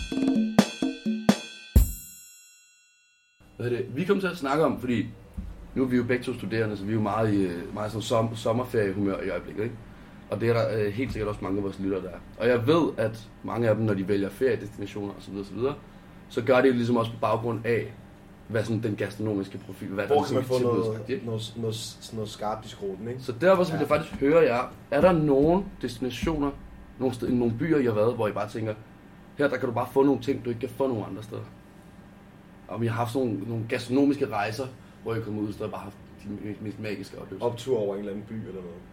B: Hvad er det? Vi kommer til at snakke om, fordi nu er vi jo begge to studerende, så vi er jo meget sådan sommerferiehumør i øjeblikket, ikke? Og det er der helt sikkert også mange af vores lyttere, der er. Og jeg ved, at mange af dem, når de vælger feriedestinationer osv., så gør det jo ligesom også på baggrund af, hvad sådan den gastronomiske profil, hvad
D: hvor
B: der
D: kan man få noget skarpt i skroten, ikke?
B: Så derfor så vil jeg faktisk høre jer, er der nogle destinationer, nogle byer, I har været, hvor I bare tænker, her der kan du bare få nogle ting, du ikke kan få nogle andre steder? Og vi har haft sådan nogle gastronomiske rejser, hvor I kommer ud, og bare har haft de mest magiske oplevelser.
D: Optur over en eller anden by eller noget?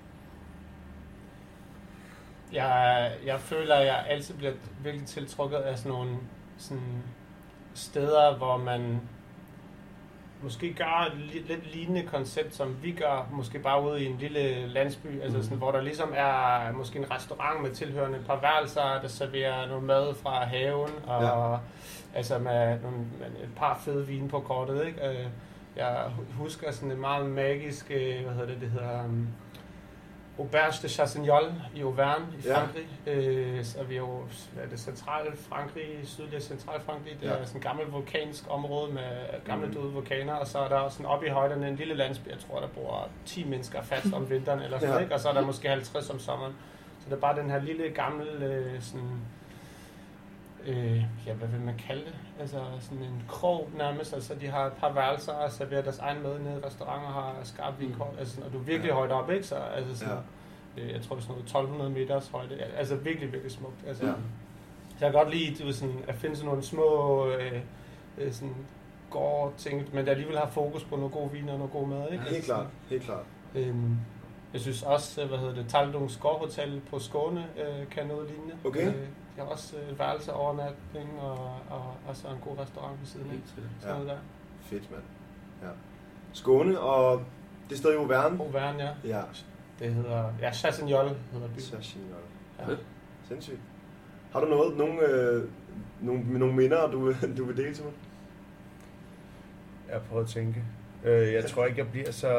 E: Jeg føler, at jeg altid bliver virkelig tiltrukket af sådan nogle steder, hvor man måske gør et lidt lignende koncept, som vi gør, måske bare ude i en lille landsby, altså sådan, hvor der ligesom er måske en restaurant med tilhørende et par værelser, der serverer noget mad fra haven, og altså med et par fede vine på kortet, ikke? Jeg husker sådan en meget magisk, det hedder Auberge de Chassagnol i Auvergne i Frankrig. Så vi er jo sydlige Centralfrankrig. Det er sådan et gammelt vulkansk område med gamle døde vulkaner, og så er der sådan oppe i højderne en lille landsby, jeg tror der bor 10 mennesker fast om vinteren eller sådan, ikke? Og så er der måske 50 om sommeren. Så det er bare den her lille gamle hvad vil man kalde det? Altså sådan en krog nærmest, altså de har et par værelser og serverer deres egen mad nede i restauranter og har skarp vinkort, altså og du er virkelig højt op, ikke? Så altså sådan, jeg tror det er sådan noget 1200 meters højde, altså virkelig, virkelig smukt. Altså, så jeg kan godt lide sådan, at finde sådan nogle små sådan gård ting, men der alligevel har fokus på noget god vin og noget god mad, ikke?
D: Helt klart.
E: Jeg synes også, Taldungs Gårdhotel på Skåne kan noget lignende.
D: Okay.
E: Jeg har også værelse overnatning og så en god restaurant ved siden af. Sådan der.
D: Fedt, mand. Ja. Skåne, og det sted i Auvergne.
E: Auvergne, ja. Det hedder, Chassagnol hedder byen.
D: Chassagnol. Ja. Sindssygt. Har du nogle minder, du vil dele til mig?
C: Jeg prøver at tænke. Jeg tror ikke, jeg bliver så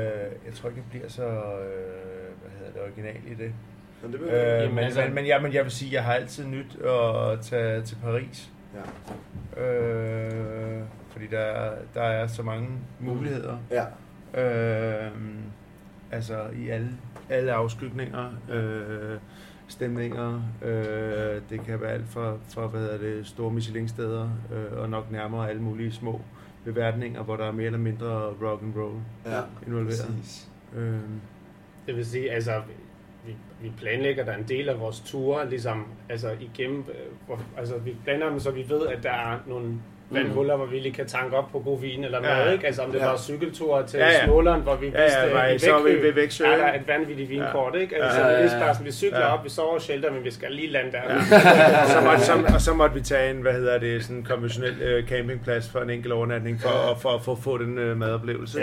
C: original i det. Men jeg vil sige, at jeg har altid nyt at tage til Paris. Ja. Fordi der er så mange muligheder. Ja. Altså i alle afskygninger, stemninger. Det kan være alt fra store Michelin-steder og nok nærmere alle mulige små beværtninger, hvor der er mere eller mindre rock and roll involveret.
E: Det vil sige, altså vi planlægger der en del af vores ture, ligesom igennem, vi planlægger dem, så vi ved, at der er nogle vandhuller, hvor vi lige kan tanke op på god vin eller mad, ikke? Altså om det var cykelture til Småland, hvor vi vidste,
C: ved Væksø,
E: der er et vanvittigt vinkort, ikke? Altså vi vidste bare, vi cykler op, vi sover shelter, men vi skal lige lande der.
C: Og så måtte vi tage en, sådan en konventionel campingplads for en enkelt overnatning, for at få den madoplevelse.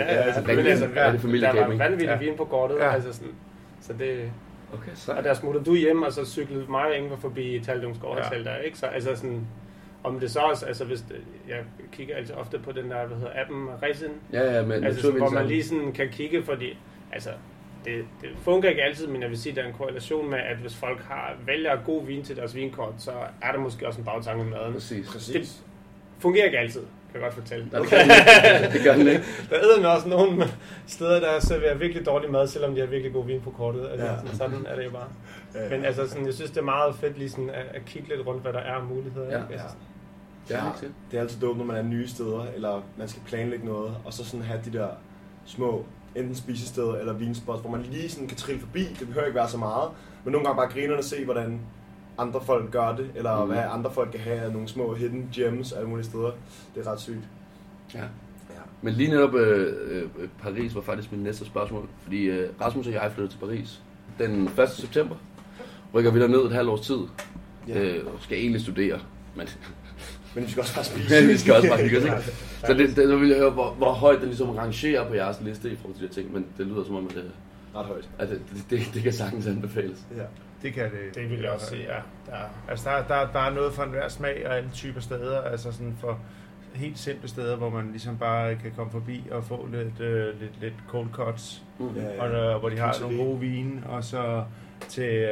E: Der var vanvittigt vin på kortet, altså sådan, så det...
B: Okay, så.
E: Og der smuttede du hjem, og så cyklede mig og Ingvar forbi Taldungs Gårdhotel der, ikke? Så altså sådan, om det så også, hvis jeg kigger altså ofte på den der, appen Rejsen.
B: Ja, men
E: altså, hvor man lige sådan kan kigge, fordi, det fungerer ikke altid, men jeg vil sige, der er en korrelation med, at hvis folk vælger god vin til deres vinkort, så er der måske også en bagtanke med maden.
B: Præcis.
E: Det fungerer ikke altid, kan jeg godt fortælle.
B: Det gør den ikke.
E: Der er også nogle steder, der serverer virkelig dårlig mad, selvom de har virkelig god vin på kortet. Altså, sådan er det jo bare. Men jeg synes, det er meget fedt lige sådan at kigge lidt rundt, hvad der er af muligheder.
D: Det er altid dumt, når man er nye steder, eller man skal planlægge noget, og så sådan have de der små enten spisesteder eller vinspots, hvor man lige sådan kan trille forbi. Det behøver ikke være så meget, men nogle gange bare griner og se, hvordan andre folk gør det, eller hvad andre folk kan have af nogle små hidden gems alle mulige steder. Det er ret sygt.
B: Ja. Men lige netop Paris var faktisk mit næste spørgsmål, fordi Rasmus og jeg flyttede til Paris den 1. september. Rykker vi derned et halvt års tid. Skal egentlig studere,
D: men vi skal også bare spise.
B: Vi skal også bare hygge os, ikke? Så vil jeg høre, hvor højt det ligesom rangerer på jeres liste i forhold til de ting, men det lyder som om, at det
D: ret højt.
B: At det kan sagtens anbefales.
C: Ja, det kan det.
E: Det vil jeg også sige,
C: der er noget for enhver smag og alle typer steder, altså sådan for helt simple steder, hvor man ligesom bare kan komme forbi og få lidt cold cuts, og hvor de har nogle gode vine, og så til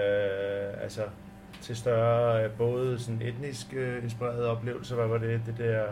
C: til større, både sådan etnisk inspirerede oplevelser. Hvad var det? Det der... jeg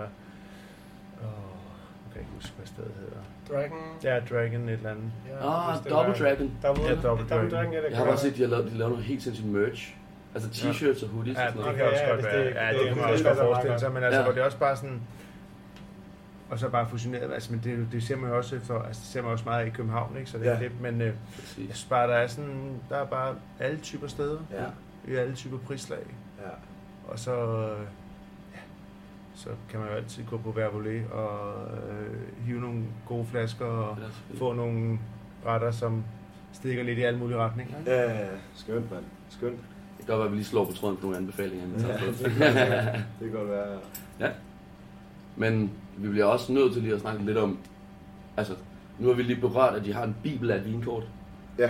C: kan ikke huske, hvad stedet hedder.
E: Dragon?
C: Ja, Dragon et eller andet.
B: Double Dragon.
C: Double Dragon.
B: Jeg har bare set, at de laver noget helt sindssygt merch. Altså t-shirts og hoodies og sådan noget.
C: Det kan også godt være. Ja, det kan man også godt forestille sig, men altså, hvor det er også bare sådan... Og så bare fusioneret, altså, men det ser man jo også for, altså det ser man også meget i København, ikke? Så det er lidt, men jeg synes bare, der er bare alle typer steder. Ja. I alle typer prislag. Ja. Og så kan man jo altid gå på Vervolé og hive nogle gode flasker og få nogle retter, som stikker lidt i alle mulige retninger.
D: Ja, skønt, mand. Skønt.
B: Det kan godt være, at vi lige slår på tråden på nogle anbefalinger.
D: Det kan godt være.
B: Ja. Men vi bliver også nødt til lige at snakke lidt om, altså, nu har vi lige berørt, at de har en bibel af et vinkort.
D: Ja.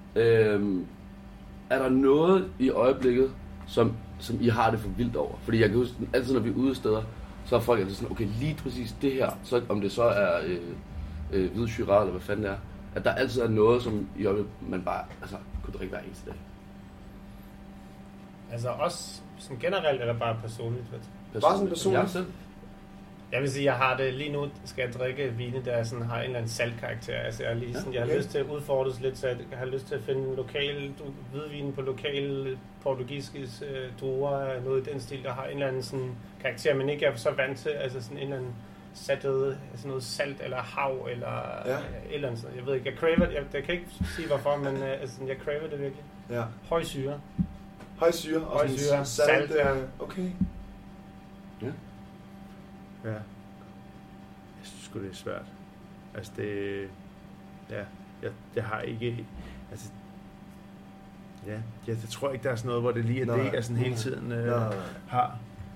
B: Er der noget i øjeblikket, som I har det for vildt over? Fordi jeg kan huske, altid når vi er ude steder, så er folk altid sådan, okay, lige præcis det her, så om det så er hvid Shiraz, eller hvad fanden det er, at der altid er noget, som i øjeblikket, man bare kunne drikke hver eneste dag.
E: Altså også sådan generelt, eller bare personligt?
D: Bare sådan personligt?
B: Jeg selv.
E: Jeg vil sige, jeg har det lige nu, skal jeg drikke vine, der sådan har en eller anden saltkarakter. Altså jeg har lyst til at udfordres lidt, så jeg har lyst til at finde lokale hvidvin på lokale portugisiske druer, noget i den stil, der har en eller anden sådan karakter, men ikke er så vant til, altså sådan en eller anden sattet, altså noget salt eller hav eller et eller andet. Jeg ved ikke, jeg craver det, jeg kan ikke sige hvorfor, men jeg craver det virkelig. Ja. Høj syre.
D: Høj syre og salt. Okay.
B: Ja.
C: Ja. Jeg synes sgu, det er svært. Altså det... Ja. jeg har ikke... Altså, ja, det tror jeg ikke, der er sådan noget, hvor det lige er det, jeg sådan hele tiden har.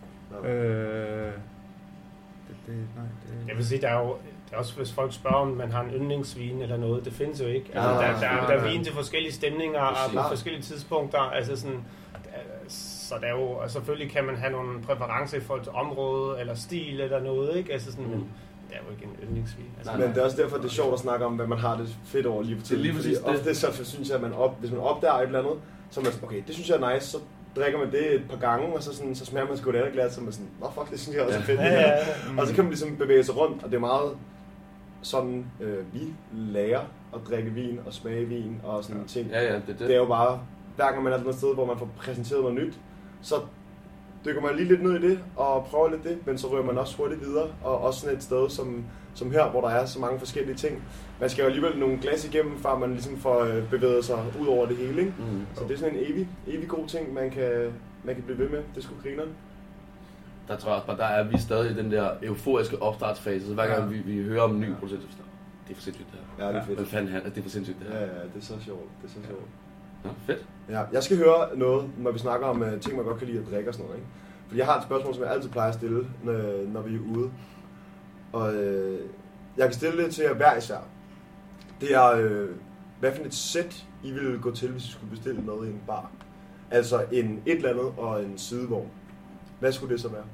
E: Jeg vil sige, der er også, hvis folk spørger, om man har en yndlingsvin eller noget, det findes jo ikke. Altså, der er vin til forskellige stemninger og på forskellige tidspunkter. Altså sådan, så der er jo, og selvfølgelig kan man have nogle præferencer for et område eller stil eller noget, ikke? Altså sådan, men det er jo ikke en yndlingsvin. Altså,
D: men det er også derfor, det er sjovt at snakke om, hvad man har det fedt over lige for tiden. Fordi ofte så synes jeg, at hvis man opdager et eller andet, så er man sådan, okay, det synes jeg er nice, så drikker man det et par gange, og så smager man sgu et andet glas, så man sådan, fuck, det synes jeg også er fedt. Og så kan man ligesom bevæge sig rundt, og det er meget sådan, vi lærer at drikke vin og smage vin og sådan ting. Det er jo bare, hver gang man er sådan et sted, hvor man får præsenteret noget nyt, så dykker man lige lidt ned i det og prøver lidt det, men så rører man også hurtigt videre, og også sådan et sted som her, hvor der er så mange forskellige ting. Man skal jo alligevel nogle glas igennem, før man ligesom får bevæget sig ud over det hele, ikke? Så det er sådan en evig god ting, man kan blive ved med. Det skulle grinerne.
B: Der tror jeg også bare, der er vi stadig i den der euforiske opstartsfase, så hver gang vi hører om en ny producent, så det er for sindssygt det her.
D: Ja, det er fedt.
B: Hvad fanden det er for sindssygt det her.
D: Ja, det er så sjovt.
B: Ja, fedt.
D: Ja, jeg skal høre noget, når vi snakker om ting, man godt kan lide at drikke og sådan noget, ikke? Fordi jeg har et spørgsmål, som jeg altid plejer at stille, når vi er ude. Og jeg kan stille det til jer hver især. Det er, hvad for et sæt I ville gå til, hvis I skulle bestille noget i en bar? Altså et eller andet og en sidevogn. Hvad skulle det så være?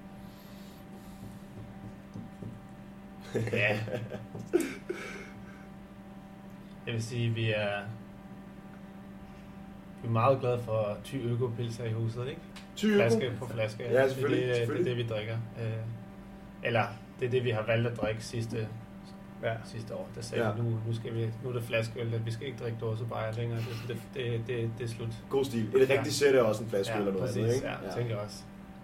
E: Ja. Jeg vil sige, vi er meget glade for Thy Øko-pilser i huset, ikke?
D: Thy Øko?
E: Flaske på flaske.
D: Ja, selvfølgelig.
E: Det er det, vi drikker. Eller det er det, vi har valgt at drikke sidste år. Der sagde vi, nu er det flaskeøl, vi skal ikke drikke dåsebajer længere. Det er slut.
D: God stil. Et rigtigt sæt er også en flaskeøl eller noget andet, ikke?
E: Ja, tænker jeg også.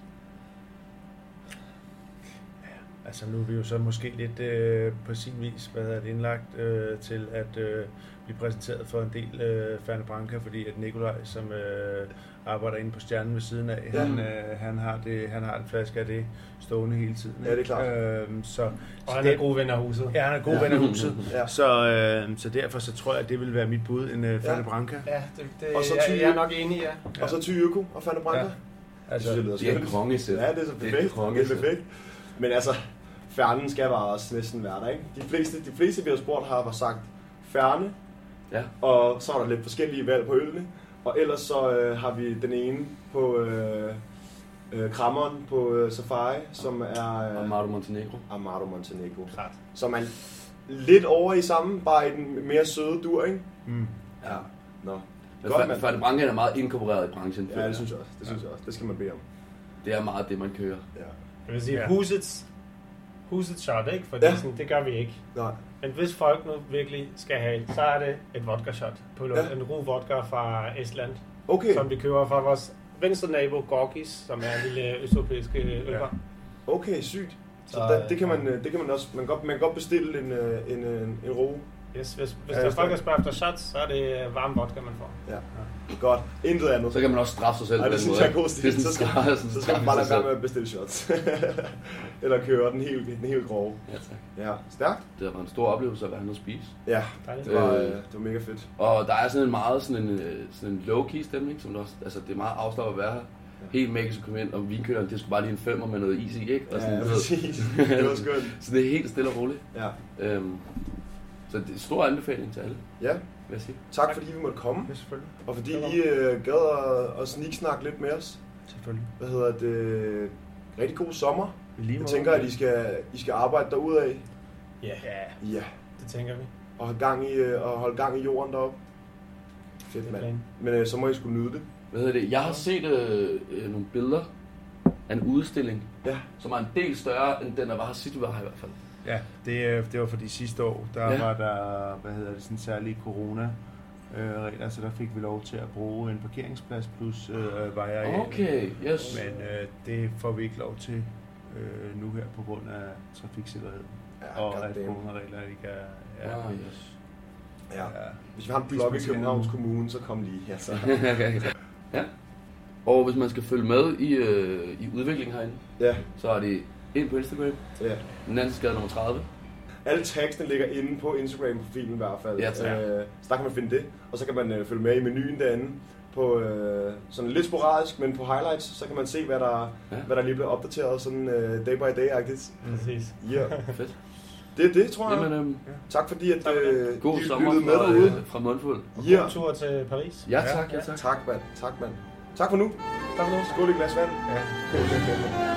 C: Altså nu er vi jo så måske lidt på sin vis indlagt til at blive præsenteret for en del Fernet Branca, fordi at Nikolaj, som arbejder inde på Stjernen ved siden af, han har en flaske af det stående hele tiden.
D: Ja, det er klart.
E: Og han er gode venner af huset.
C: Ja, han er gode venner af huset. Så derfor så tror jeg, at det vil være mit bud, en Fernet Branca.
E: Ja, jeg er nok enig, ja.
D: Og så Thy Øko og Fernet Branca. Ja.
B: Altså, det er en kongesæt.
D: Ja, det er så perfekt. Det er perfekt. Men altså, Fernen skal bare også næsten være der, ikke? De fleste vi har spurgt har sagt Ferne, og så er der lidt forskellige valg på ølene, og ellers så har vi den ene på krammeren på Safari, som er
B: Amaro Montenegro.
D: Amaro Montenegro.
E: Klart.
D: Så man lidt over i samme, bare i den mere søde dur, ikke? Ja. Nå.
B: Fernet Branca er meget inkorporeret i branchen.
D: Ja, det synes jeg også. Det skal man bede om.
B: Det er meget det, man kører.
D: Ja.
E: Jeg vil sige, husets shot, ikke? Fordi sådan, det gør vi ikke.
D: Nej.
E: Men hvis folk nu virkelig skal have, så er det et vodka shot på en ro vodka fra Estland, som vi køber fra vores venstre nabo Gorgis, som er en lille østeuropæiske ølbar.
D: Okay, sygt. Så det kan man også, man kan godt bestille en ro.
E: Yes, hvis der folk har spørger efter shots, så er det varm vodka, man får.
D: Ja. Godt. Intet andet.
B: Så kan man også straffe sig selv.
D: Det synes jeg er god stil. Så skal man bare lade være med at bestille shots. Eller køre den helt grove. Ja, tak. Ja, stærkt.
B: Det var en stor oplevelse at være hernede og spise.
D: Ja, det var mega fedt.
B: Og der er sådan en low-key stemning, som også, altså det er meget afslappet at være her. Helt magisk at komme ind, og vinkøleren, det skulle bare lige en 5'er med noget is i, ikke? Og sådan,
D: præcis. Det var skønt.
B: Så det er helt stille og roligt.
D: Ja.
B: Så det er stor anbefaling til alle.
D: Ja.
B: Vil jeg sige.
D: Tak fordi vi måtte komme.
C: Ja, selvfølgelig.
D: Og fordi I gad at sniksnakke lidt med os.
C: Selvfølgelig.
D: Hvad hedder det? Rigtig god sommer. Jeg tænker, at I skal arbejde derudad.
E: Ja. Det tænker vi.
D: Og holde gang i jorden deroppe. Fedt, mand. Men så må I skulle nyde det.
B: Hvad hedder det? Jeg har set nogle billeder af en udstilling, som er en del større end den, der var her sidst, vi var her i hvert fald.
C: Ja, det var fordi sidste år, der var der, sådan særlige corona-regler, så der fik vi lov til at bruge en parkeringsplads plus vejareal.
B: Okay, yes.
C: Men det får vi ikke lov til nu her på grund af trafiksikkerheden.
D: Ja,
C: og at coronaregler ikke er...
D: Yes. Ja. Hvis vi har en blog i Københavns Kommune, så kom lige her. Så.
B: Ja. Og hvis man skal følge med i udviklingen herinde, så er det ind på Instagram. Ja. Nansensgade nummer 30.
D: alle tagsene ligger inde på Instagram-profilen i hvert fald.
B: Ja,
D: så der kan man finde det. Og så kan man følge med i menuen derinde. På sådan lidt sporadisk, men på highlights, så kan man se, hvad der lige bliver opdateret sådan day by day-agtigt.
E: Præcis.
D: Ja.
B: Fedt.
D: Det er det, tror jeg.
B: Jamen,
D: tak fordi, at
B: god
D: I
B: sommer
D: lyttede med derude.
B: Fra Mundfuld.
E: Og god tur til Paris.
B: Ja, tak.
D: Tak, mand. Tak for nu. Skål i glas vand.
E: Ja.